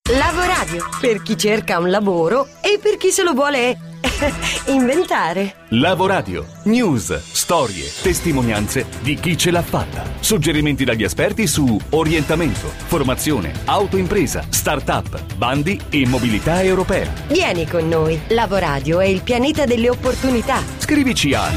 Lavoradio, per chi cerca un lavoro e per chi se lo vuole inventare. Lavoradio, news, storie, testimonianze di chi ce l'ha fatta. Suggerimenti dagli esperti su orientamento, formazione, autoimpresa, start-up, bandi e mobilità europea. Vieni con noi. Lavoradio è il pianeta delle opportunità. Scrivici a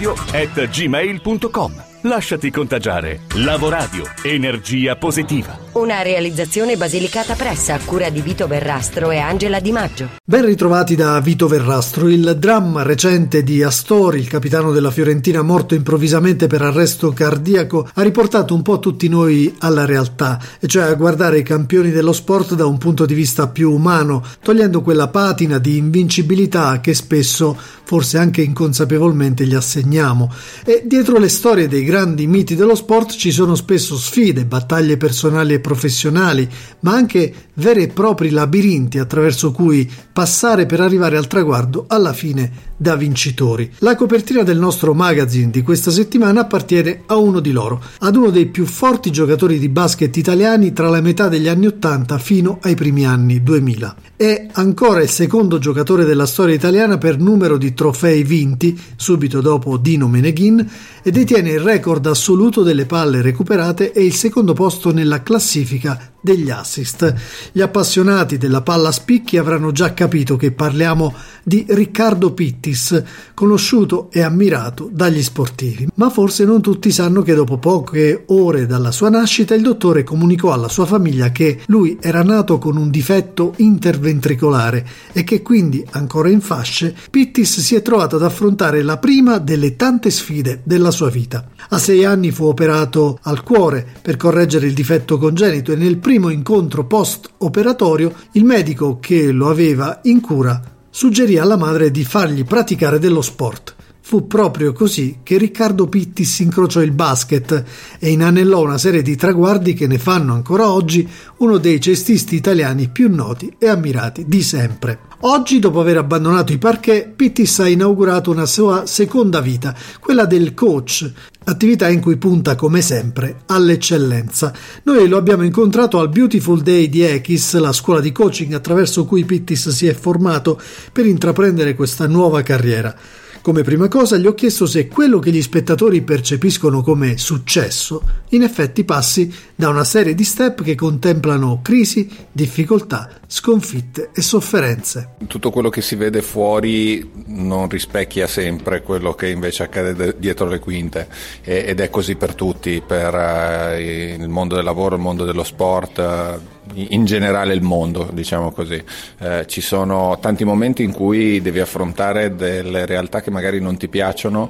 lavoradio@gmail.com. Lasciati contagiare. Lavoradio, energia positiva. Una realizzazione Basilicata Press a cura di Vito Verrastro e Angela Di Maggio. Ben ritrovati da Vito Verrastro. Il dramma recente di Astori, il capitano della Fiorentina morto improvvisamente per arresto cardiaco, ha riportato un po' tutti noi alla realtà, e cioè a guardare i campioni dello sport da un punto di vista più umano, togliendo quella patina di invincibilità che spesso, forse anche inconsapevolmente, gli assegniamo. E dietro le storie dei grandi miti dello sport ci sono spesso sfide, battaglie personali e professionali, ma anche veri e propri labirinti attraverso cui passare per arrivare al traguardo alla fine da vincitori. La copertina del nostro magazine di questa settimana appartiene a uno di loro, ad uno dei più forti giocatori di basket italiani tra la metà degli anni 80 fino ai primi anni 2000. È ancora il secondo giocatore della storia italiana per numero di trofei vinti, subito dopo Dino Meneghin, e detiene il record assoluto delle palle recuperate e il secondo posto nella classifica degli assist. Gli appassionati della palla a spicchi avranno già capito che parliamo di Riccardo Pittis, conosciuto e ammirato dagli sportivi. Ma forse non tutti sanno che dopo poche ore dalla sua nascita il dottore comunicò alla sua famiglia che lui era nato con un difetto interventricolare e che quindi, ancora in fasce, Pittis si è trovato ad affrontare la prima delle tante sfide della sua vita. A 6 anni fu operato al cuore per correggere il difetto congenito e nel primo incontro post-operatorio il medico che lo aveva in cura suggerì alla madre di fargli praticare dello sport. Fu proprio così che Riccardo Pittis incrociò il basket e inanellò una serie di traguardi che ne fanno ancora oggi uno dei cestisti italiani più noti e ammirati di sempre. Oggi, dopo aver abbandonato i parquet, Pittis ha inaugurato una sua seconda vita, quella del coach, attività in cui punta come sempre all'eccellenza. Noi lo abbiamo incontrato al Beautiful Day di Ekis, la scuola di coaching attraverso cui Pittis si è formato per intraprendere questa nuova carriera. Come prima cosa gli ho chiesto se quello che gli spettatori percepiscono come successo in effetti passi da una serie di step che contemplano crisi, difficoltà, sconfitte e sofferenze. Tutto quello che si vede fuori non rispecchia sempre quello che invece accade dietro le quinte, ed è così per tutti, per il mondo del lavoro, il mondo dello sport, in generale il mondo, diciamo così. Ci sono tanti momenti in cui devi affrontare delle realtà che magari non ti piacciono,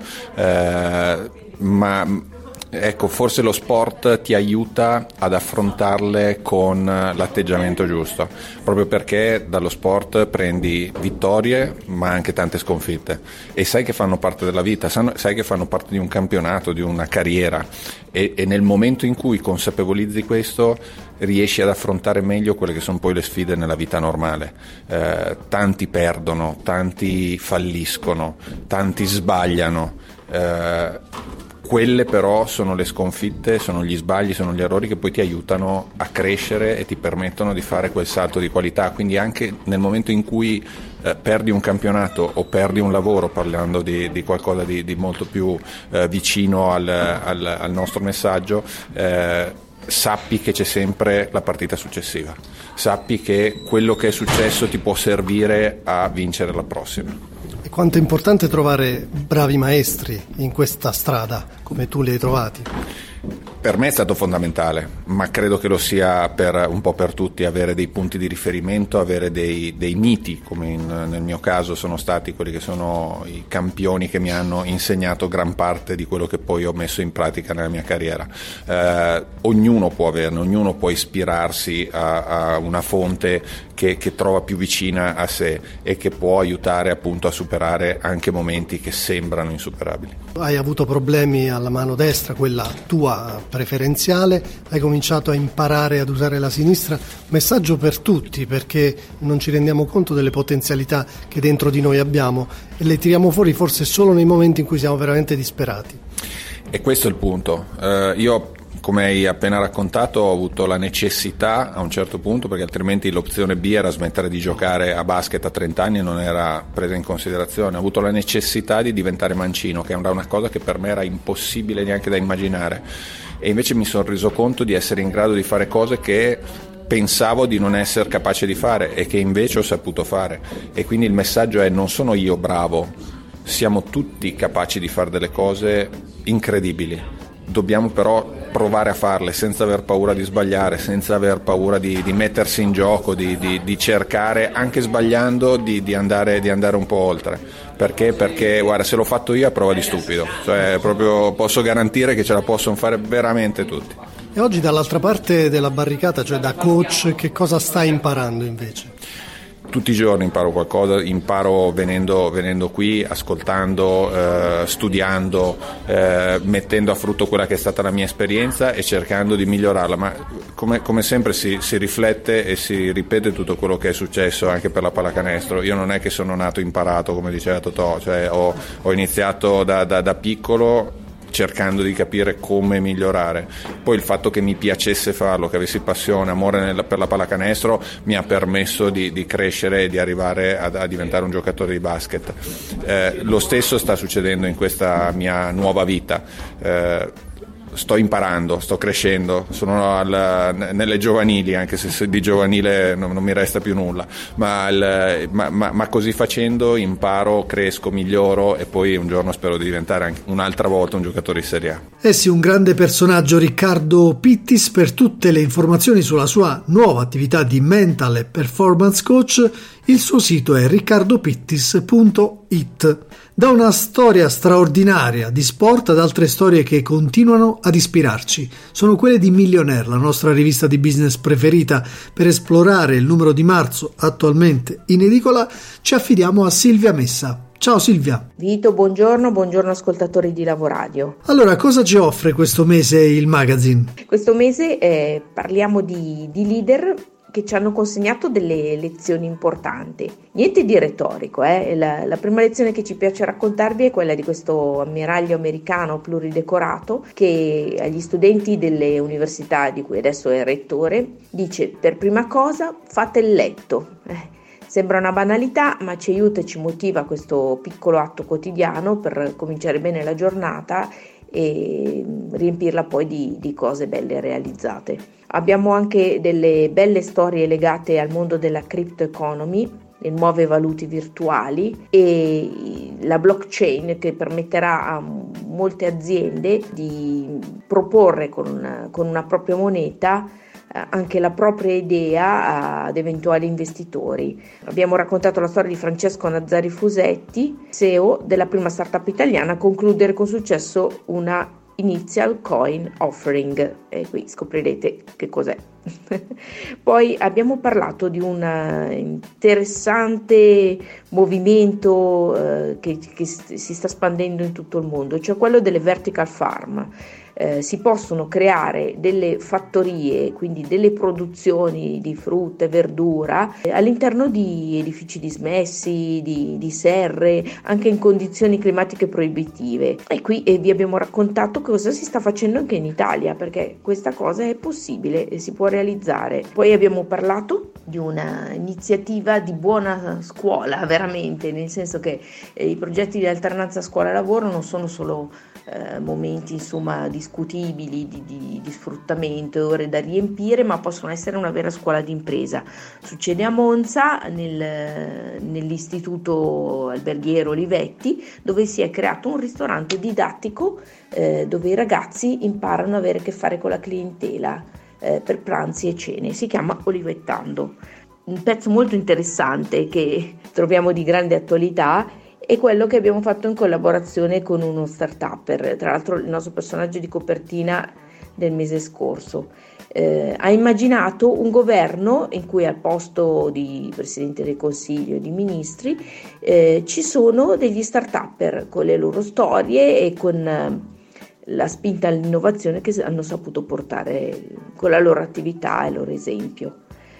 ma ecco, forse lo sport ti aiuta ad affrontarle con l'atteggiamento giusto, proprio perché dallo sport prendi vittorie ma anche tante sconfitte e sai che fanno parte della vita, sai che fanno parte di un campionato, di una carriera, e nel momento in cui consapevolizzi questo riesci ad affrontare meglio quelle che sono poi le sfide nella vita normale. Tanti perdono, tanti falliscono, tanti sbagliano, quelle però sono le sconfitte, sono gli sbagli, sono gli errori che poi ti aiutano a crescere e ti permettono di fare quel salto di qualità. Quindi anche nel momento in cui perdi un campionato o perdi un lavoro, parlando di qualcosa di molto più vicino al nostro messaggio, sappi che c'è sempre la partita successiva, sappi che quello che è successo ti può servire a vincere la prossima. E quanto è importante trovare bravi maestri in questa strada, come tu li hai trovati? Per me è stato fondamentale, ma credo che lo sia un po' per tutti, avere dei punti di riferimento, avere dei miti, come nel mio caso sono stati quelli che sono i campioni che mi hanno insegnato gran parte di quello che poi ho messo in pratica nella mia carriera. Ognuno può averne, ognuno può ispirarsi a una fonte che trova più vicina a sé e che può aiutare appunto a superare anche momenti che sembrano insuperabili. Hai avuto problemi alla mano destra, quella tua preferenziale, hai cominciato a imparare ad usare la sinistra. Messaggio per tutti, perché non ci rendiamo conto delle potenzialità che dentro di noi abbiamo e le tiriamo fuori forse solo nei momenti in cui siamo veramente disperati. E questo è il punto. Io come hai appena raccontato, ho avuto la necessità a un certo punto, perché altrimenti l'opzione B era smettere di giocare a basket a 30 anni e non era presa in considerazione. Ho avuto la necessità di diventare mancino, che era una cosa che per me era impossibile neanche da immaginare, e invece mi sono reso conto di essere in grado di fare cose che pensavo di non essere capace di fare e che invece ho saputo fare. E quindi il messaggio è: non sono io bravo, siamo tutti capaci di fare delle cose incredibili, dobbiamo però provare a farle senza aver paura di sbagliare, senza aver paura di mettersi in gioco, di cercare, anche sbagliando, di andare un po' oltre. Perché guarda, se l'ho fatto io a prova di stupido, cioè proprio posso garantire che ce la possono fare veramente tutti. E oggi dall'altra parte della barricata, cioè da coach, che cosa stai imparando invece? Tutti i giorni imparo qualcosa, imparo venendo qui, ascoltando, studiando, mettendo a frutto quella che è stata la mia esperienza e cercando di migliorarla, ma come sempre si riflette e si ripete tutto quello che è successo anche per la pallacanestro. Io non è che sono nato imparato, come diceva Totò, cioè ho iniziato da piccolo cercando di capire come migliorare. Poi il fatto che mi piacesse farlo, che avessi passione, amore per la pallacanestro, mi ha permesso di crescere e di arrivare a diventare un giocatore di basket. Lo stesso sta succedendo in questa mia nuova vita. Sto imparando, sto crescendo, sono nelle giovanili, anche se di giovanile non mi resta più nulla, ma così facendo imparo, cresco, miglioro e poi un giorno spero di diventare anche un'altra volta un giocatore di Serie A. Eh sì, un grande personaggio, Riccardo Pittis. Per tutte le informazioni sulla sua nuova attività di mental e performance coach, il suo sito è riccardopittis.it. Da una storia straordinaria di sport ad altre storie che continuano ad ispirarci. Sono quelle di Millionaire, la nostra rivista di business preferita. Per esplorare il numero di marzo attualmente in edicola ci affidiamo a Silvia Messa. Ciao Silvia. Vito, buongiorno ascoltatori di Lavoradio. Allora, cosa ci offre questo mese il magazine? Questo mese parliamo di leader che ci hanno consegnato delle lezioni importanti. Niente di retorico, La prima lezione che ci piace raccontarvi è quella di questo ammiraglio americano pluridecorato che agli studenti delle università di cui adesso è rettore dice: per prima cosa fate il letto. Sembra una banalità, ma ci aiuta e ci motiva questo piccolo atto quotidiano per cominciare bene la giornata e riempirla poi di cose belle realizzate. Abbiamo anche delle belle storie legate al mondo della crypto economy, le nuove valute virtuali e la blockchain, che permetterà a molte aziende di proporre con una propria moneta anche la propria idea ad eventuali investitori. Abbiamo raccontato la storia di Francesco Nazzari Fusetti, CEO della prima startup italiana a concludere con successo una initial coin offering, e qui scoprirete che cos'è. Poi abbiamo parlato di un interessante movimento che si sta espandendo in tutto il mondo, cioè quello delle vertical farm. Si possono creare delle fattorie, quindi delle produzioni di frutta e verdura all'interno di edifici dismessi, di serre, anche in condizioni climatiche proibitive. E qui vi abbiamo raccontato cosa si sta facendo anche in Italia, perché questa cosa è possibile e si può realizzare. Poi abbiamo parlato di una iniziativa di buona scuola, veramente, nel senso che i progetti di alternanza scuola-lavoro non sono solo momenti insomma discutibili di sfruttamento e ore da riempire, ma possono essere una vera scuola d'impresa. Succede a Monza nell'istituto alberghiero Olivetti, dove si è creato un ristorante didattico dove i ragazzi imparano ad avere a che fare con la clientela per pranzi e cene. Si chiama Olivettando. Un pezzo molto interessante che troviamo di grande attualità è quello che abbiamo fatto in collaborazione con uno start-upper, tra l'altro il nostro personaggio di copertina del mese scorso. Ha immaginato un governo in cui al posto di Presidente del Consiglio e di ministri ci sono degli start-upper con le loro storie e con la spinta all'innovazione che hanno saputo portare con la loro attività e il loro esempio.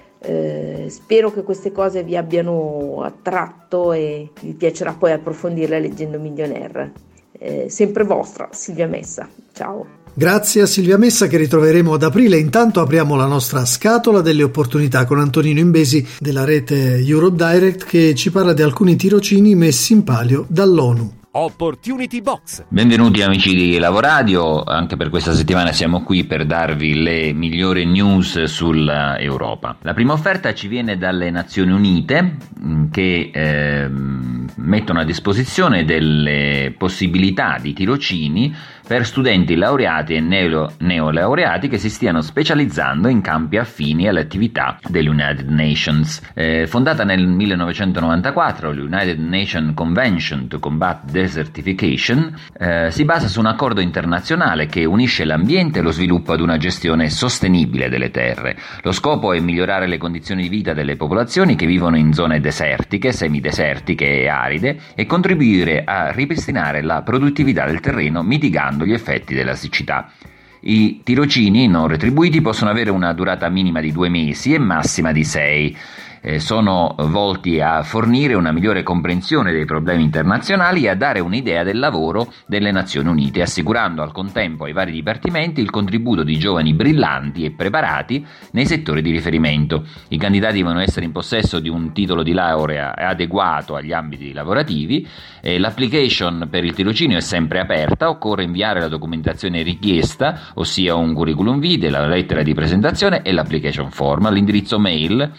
Spero che queste cose vi abbiano attratto e vi piacerà poi approfondirle leggendo Millionaire. Sempre vostra Silvia Messa. Ciao. Grazie a Silvia Messa, che ritroveremo ad aprile. Intanto apriamo la nostra scatola delle opportunità con Antonino Imbesi della rete Europe Direct, che ci parla di alcuni tirocini messi in palio dall'ONU. Opportunity Box. Benvenuti amici di Lavoradio, anche per questa settimana siamo qui per darvi le migliori news sull'Europa. La prima offerta ci viene dalle Nazioni Unite, che mettono a disposizione delle possibilità di tirocini per studenti laureati e neolaureati che si stiano specializzando in campi affini alle attività dell'United Nations. Fondata nel 1994, l'United Nations Convention to Combat Desertification si basa su un accordo internazionale che unisce l'ambiente e lo sviluppo ad una gestione sostenibile delle terre. Lo scopo è migliorare le condizioni di vita delle popolazioni che vivono in zone desertiche, semidesertiche e aride e contribuire a ripristinare la produttività del terreno mitigando gli effetti della siccità. I tirocini non retribuiti possono avere una durata minima di 2 mesi e massima di 6. Sono volti a fornire una migliore comprensione dei problemi internazionali e a dare un'idea del lavoro delle Nazioni Unite, assicurando al contempo ai vari dipartimenti il contributo di giovani brillanti e preparati nei settori di riferimento. I candidati devono essere in possesso di un titolo di laurea adeguato agli ambiti lavorativi. L'application per il tirocinio è sempre aperta, occorre inviare la documentazione richiesta, ossia un curriculum vitae, la lettera di presentazione e l'application form all'indirizzo mail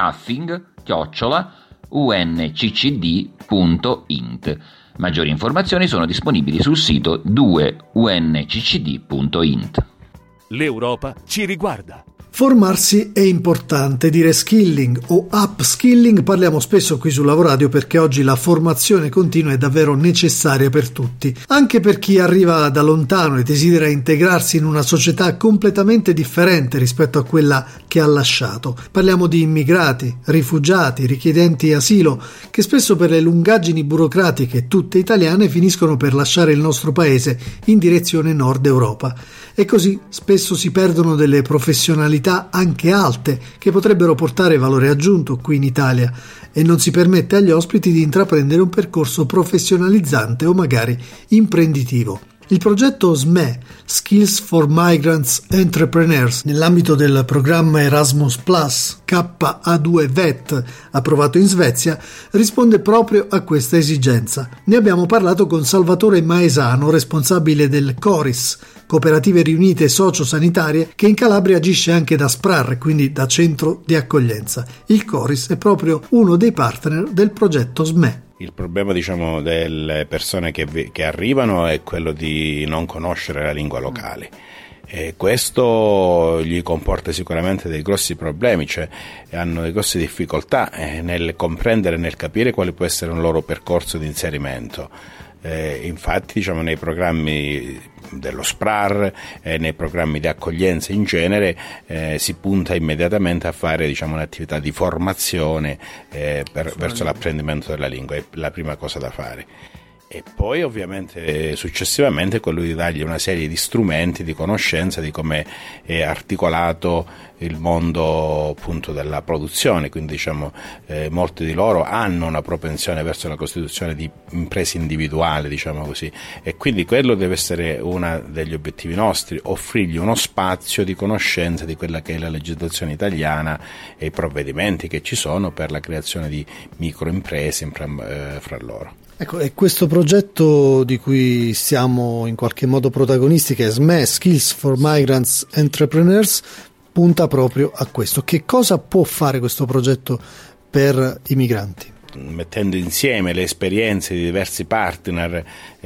staffing@unccd.int. Maggiori informazioni sono disponibili sul sito 2unccd.int. L'Europa ci riguarda. Formarsi è importante, dire skilling o upskilling parliamo spesso qui su Lavoradio, perché oggi la formazione continua è davvero necessaria per tutti, anche per chi arriva da lontano e desidera integrarsi in una società completamente differente rispetto a quella che ha lasciato. Parliamo di immigrati, rifugiati, richiedenti asilo, che spesso per le lungaggini burocratiche tutte italiane finiscono per lasciare il nostro paese in direzione Nord Europa. E così spesso si perdono delle professionalità anche alte che potrebbero portare valore aggiunto qui in Italia, e non si permette agli ospiti di intraprendere un percorso professionalizzante o magari imprenditivo. Il progetto SME, Skills for Migrants Entrepreneurs, nell'ambito del programma Erasmus Plus KA2 VET approvato in Svezia, risponde proprio a questa esigenza. Ne abbiamo parlato con Salvatore Maesano, responsabile del CORIS, Cooperative Riunite Socio-Sanitarie, che in Calabria agisce anche da SPRAR, quindi da centro di accoglienza. Il CORIS è proprio uno dei partner del progetto SME. Il problema, delle persone che arrivano è quello di non conoscere la lingua locale. E questo gli comporta sicuramente dei grossi problemi, cioè hanno delle grosse difficoltà nel comprendere, nel capire quale può essere un loro percorso di inserimento. Infatti nei programmi dello SPRAR e nei programmi di accoglienza in genere si punta immediatamente a fare un'attività di formazione verso l'apprendimento della lingua, è la prima cosa da fare. E poi ovviamente successivamente quello di dargli una serie di strumenti di conoscenza di come è articolato il mondo appunto della produzione, quindi molti di loro hanno una propensione verso la costituzione di imprese individuali, così, e quindi quello deve essere uno degli obiettivi nostri, offrirgli uno spazio di conoscenza di quella che è la legislazione italiana e i provvedimenti che ci sono per la creazione di microimprese fra loro. Ecco, e questo progetto di cui siamo in qualche modo protagonisti, che è SME, Skills for Migrants Entrepreneurs, punta proprio a questo. Che cosa può fare questo progetto per i migranti? Mettendo insieme le esperienze di diversi partner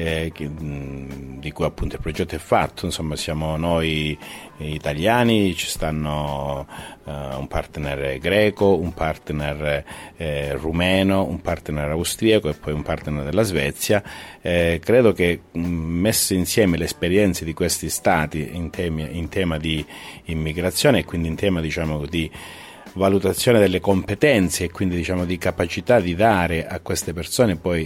di cui appunto il progetto è fatto, siamo noi italiani, ci stanno un partner greco, un partner rumeno, un partner austriaco e poi un partner della Svezia. Credo che messe insieme le esperienze di questi stati in tema di immigrazione e quindi in tema di valutazione delle competenze e quindi diciamo di capacità di dare a queste persone poi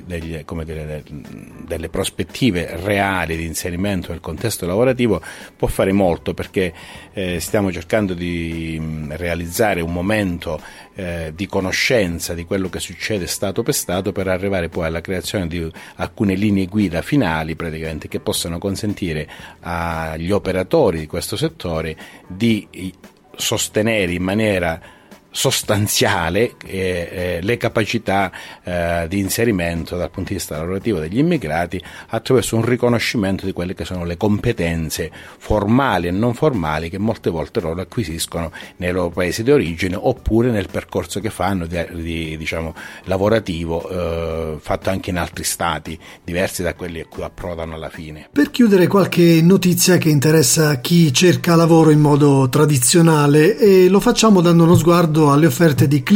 delle prospettive reali di inserimento nel contesto lavorativo può fare molto, perché stiamo cercando di realizzare un momento di conoscenza di quello che succede stato per stato, per arrivare poi alla creazione di alcune linee guida finali praticamente che possano consentire agli operatori di questo settore di sostenere in maniera sostanziale le capacità di inserimento dal punto di vista lavorativo degli immigrati attraverso un riconoscimento di quelle che sono le competenze formali e non formali che molte volte loro acquisiscono nei loro paesi di origine oppure nel percorso che fanno diciamo lavorativo fatto anche in altri stati diversi da quelli a cui approdano alla fine. Per chiudere, qualche notizia che interessa chi cerca lavoro in modo tradizionale, e lo facciamo dando uno sguardo alle offerte di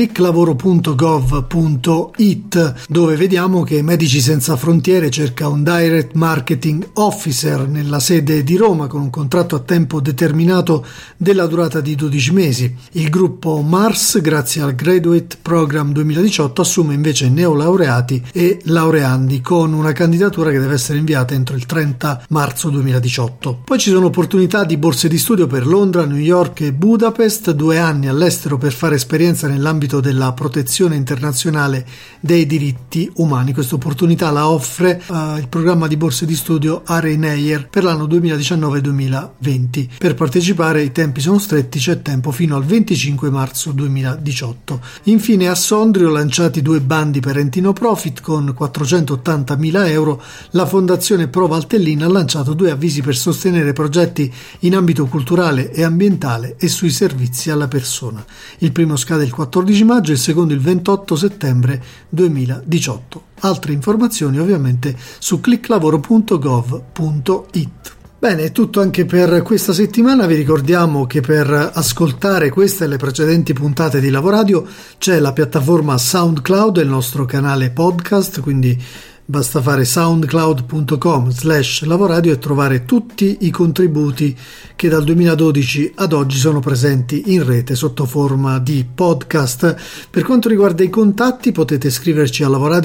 clicklavoro.gov.it, dove vediamo che Medici Senza Frontiere cerca un Direct Marketing Officer nella sede di Roma con un contratto a tempo determinato della durata di 12 mesi. Il gruppo Mars, grazie al Graduate Program 2018, assume invece neolaureati e laureandi con una candidatura che deve essere inviata entro il 30 marzo 2018. Poi ci sono opportunità di borse di studio per Londra, New York e Budapest, 2 anni all'estero per fare esperienza nell'ambito della protezione internazionale dei diritti umani. Questa opportunità la offre il programma di borse di studio Arenair per l'anno 2019-2020. Per partecipare i tempi sono stretti, c'è tempo fino al 25 marzo 2018. Infine a Sondrio lanciati 2 bandi per enti no profit con 480.000 euro. La Fondazione Pro Valtellina ha lanciato 2 avvisi per sostenere progetti in ambito culturale e ambientale e sui servizi alla persona. Il primo scade il 14 maggio e il secondo il 28 settembre 2018. Altre informazioni ovviamente su clicklavoro.gov.it. Bene, è tutto anche per questa settimana. Vi ricordiamo che per ascoltare questa e le precedenti puntate di Lavoradio c'è la piattaforma SoundCloud e il nostro canale podcast, quindi basta fare soundcloud.com/lavoradio e trovare tutti i contributi che dal 2012 ad oggi sono presenti in rete sotto forma di podcast. Per quanto riguarda i contatti, potete scriverci a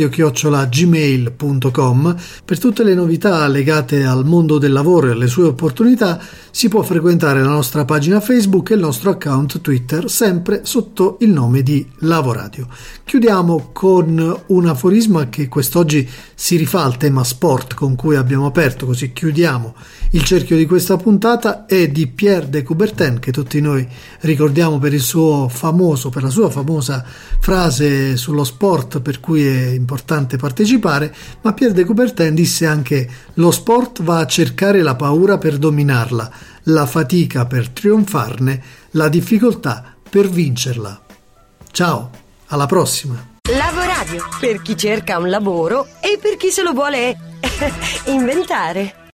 lavoradio@gmail.com. Per tutte le novità legate al mondo del lavoro e alle sue opportunità si può frequentare la nostra pagina Facebook e il nostro account Twitter, sempre sotto il nome di Lavoradio. Chiudiamo con un aforisma che quest'oggi si rifà al tema sport con cui abbiamo aperto, così chiudiamo il cerchio di questa puntata. È di Pierre de Coubertin, che tutti noi ricordiamo per la sua famosa frase sullo sport per cui è importante partecipare, ma Pierre de Coubertin disse anche: lo sport va a cercare la paura per dominarla, la fatica per trionfarne, la difficoltà per vincerla. Ciao, alla prossima! Lavoradio, per chi cerca un lavoro e per chi se lo vuole inventare.